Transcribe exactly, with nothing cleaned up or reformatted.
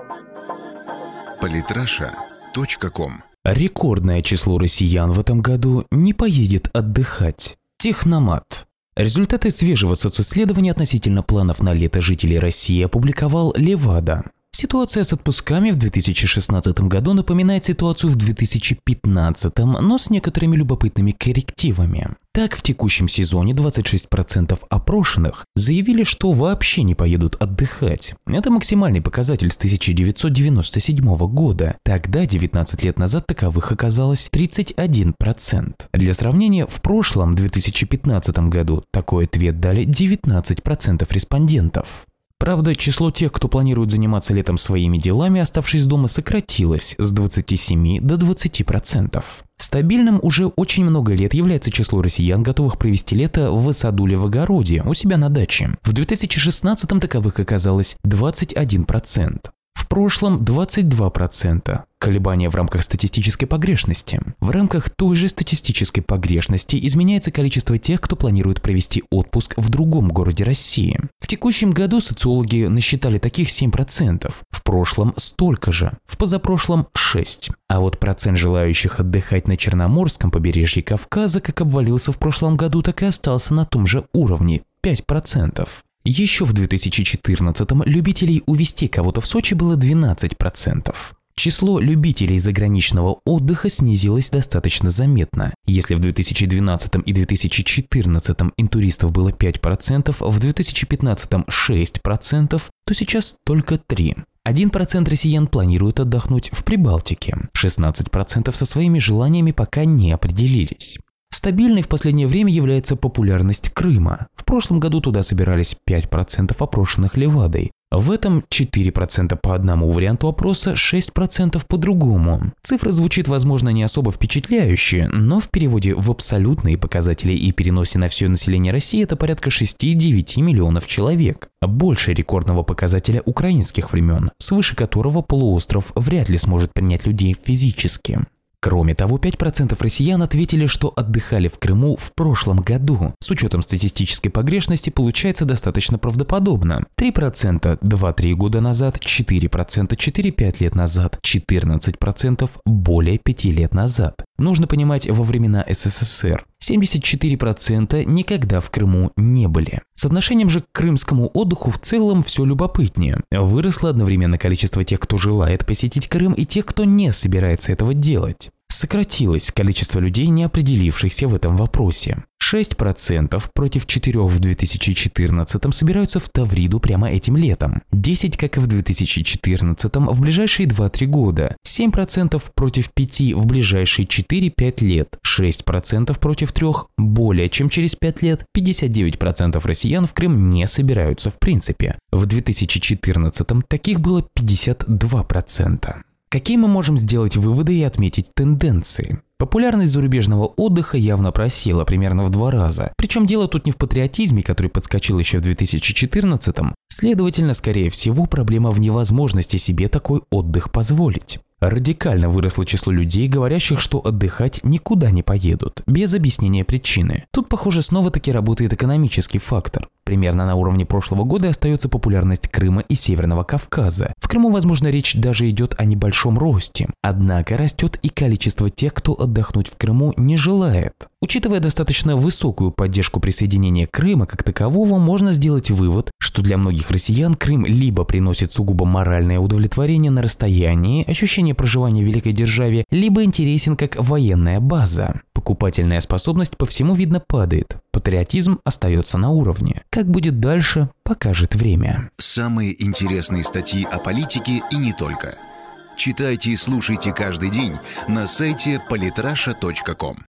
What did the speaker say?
политраша точка ком. Рекордное число россиян в этом году не поедет отдыхать. Техномат. Результаты свежего социсследования относительно планов на лето жителей России опубликовал Левада. Ситуация с отпусками в две тысячи шестнадцатом году напоминает ситуацию в две тысячи пятнадцатом, но с некоторыми любопытными коррективами. Так, в текущем сезоне двадцать шесть процентов опрошенных заявили, что вообще не поедут отдыхать. Это максимальный показатель с тысяча девятьсот девяносто седьмого года. Тогда, девятнадцать лет назад, таковых оказалось тридцать один процент. Для сравнения, в прошлом, две тысячи пятнадцатом году, такой ответ дали девятнадцать процентов респондентов. Правда, число тех, кто планирует заниматься летом своими делами, оставшись дома, сократилось с двадцати семи до двадцати процентов. Стабильным уже очень много лет является число россиян, готовых провести лето в саду или в огороде, у себя на даче. В две тысячи шестнадцатом таковых оказалось двадцать один процент. В прошлом двадцать два процента. Колебания в рамках статистической погрешности. В рамках той же статистической погрешности изменяется количество тех, кто планирует провести отпуск в другом городе России. В текущем году социологи насчитали таких семь процентов, в прошлом столько же, в позапрошлом шесть процентов. А вот процент желающих отдыхать на Черноморском побережье Кавказа как обвалился в прошлом году, так и остался на том же уровне – пять процентов. Еще в две тысячи четырнадцатом любителей увезти кого-то в Сочи было двенадцать процентов. Число любителей заграничного отдыха снизилось достаточно заметно. Если в две тысячи двенадцатом и две тысячи четырнадцатом интуристов было пять процентов, в две тысячи пятнадцатом шесть процентов, то сейчас только три процента. один процент россиян планирует отдохнуть в Прибалтике, шестнадцать процентов со своими желаниями пока не определились. Стабильной в последнее время является популярность Крыма. В прошлом году туда собирались пять процентов опрошенных Левадой. В этом четыре процента по одному варианту опроса, шесть процентов по другому. Цифра звучит, возможно, не особо впечатляюще, но в переводе в абсолютные показатели и переносе на все население России это порядка шесть-девять миллионов человек. Больше рекордного показателя украинских времен, свыше которого полуостров вряд ли сможет принять людей физически. Кроме того, пять процентов россиян ответили, что отдыхали в Крыму в прошлом году. С учетом статистической погрешности получается достаточно правдоподобно. три процента два-три года назад, четыре процента четыре-пять лет назад, четырнадцать процентов более пяти лет назад. Нужно понимать, во времена СССР семьдесят четыре процента никогда в Крыму не были. С отношением же к крымскому отдыху в целом все любопытнее. Выросло одновременно количество тех, кто желает посетить Крым, и тех, кто не собирается этого делать. Сократилось количество людей, не определившихся в этом вопросе. шесть процентов против четырёх в две тысячи четырнадцатом собираются в Тавриду прямо этим летом. десять процентов, как и в две тысячи четырнадцатом, в ближайшие два-три года. семь процентов против пяти в ближайшие четыре-пять лет. шесть процентов против трёх более чем через пять лет. пятьдесят девять процентов россиян в Крым не собираются в принципе. В две тысячи четырнадцатом таких было пятьдесят два процента. Какие мы можем сделать выводы и отметить тенденции? Популярность зарубежного отдыха явно просела примерно в два раза. Причем дело тут не в патриотизме, который подскочил еще в две тысячи четырнадцатом. Следовательно, скорее всего, проблема в невозможности себе такой отдых позволить. Радикально выросло число людей, говорящих, что отдыхать никуда не поедут, без объяснения причины. Тут, похоже, снова-таки работает экономический фактор. Примерно на уровне прошлого года остается популярность Крыма и Северного Кавказа. В Крыму, возможно, речь даже идет о небольшом росте. Однако растет и количество тех, кто отдохнуть в Крыму не желает. Учитывая достаточно высокую поддержку присоединения Крыма как такового, можно сделать вывод, что для многих россиян Крым либо приносит сугубо моральное удовлетворение на расстоянии, ощущение проживания в великой державе, либо интересен как военная база. Покупательная способность по всему видно падает. Патриотизм остается на уровне. Как будет дальше, покажет время. Самые интересные статьи о политике и не только. Читайте и слушайте каждый день на сайте политраша точка ком.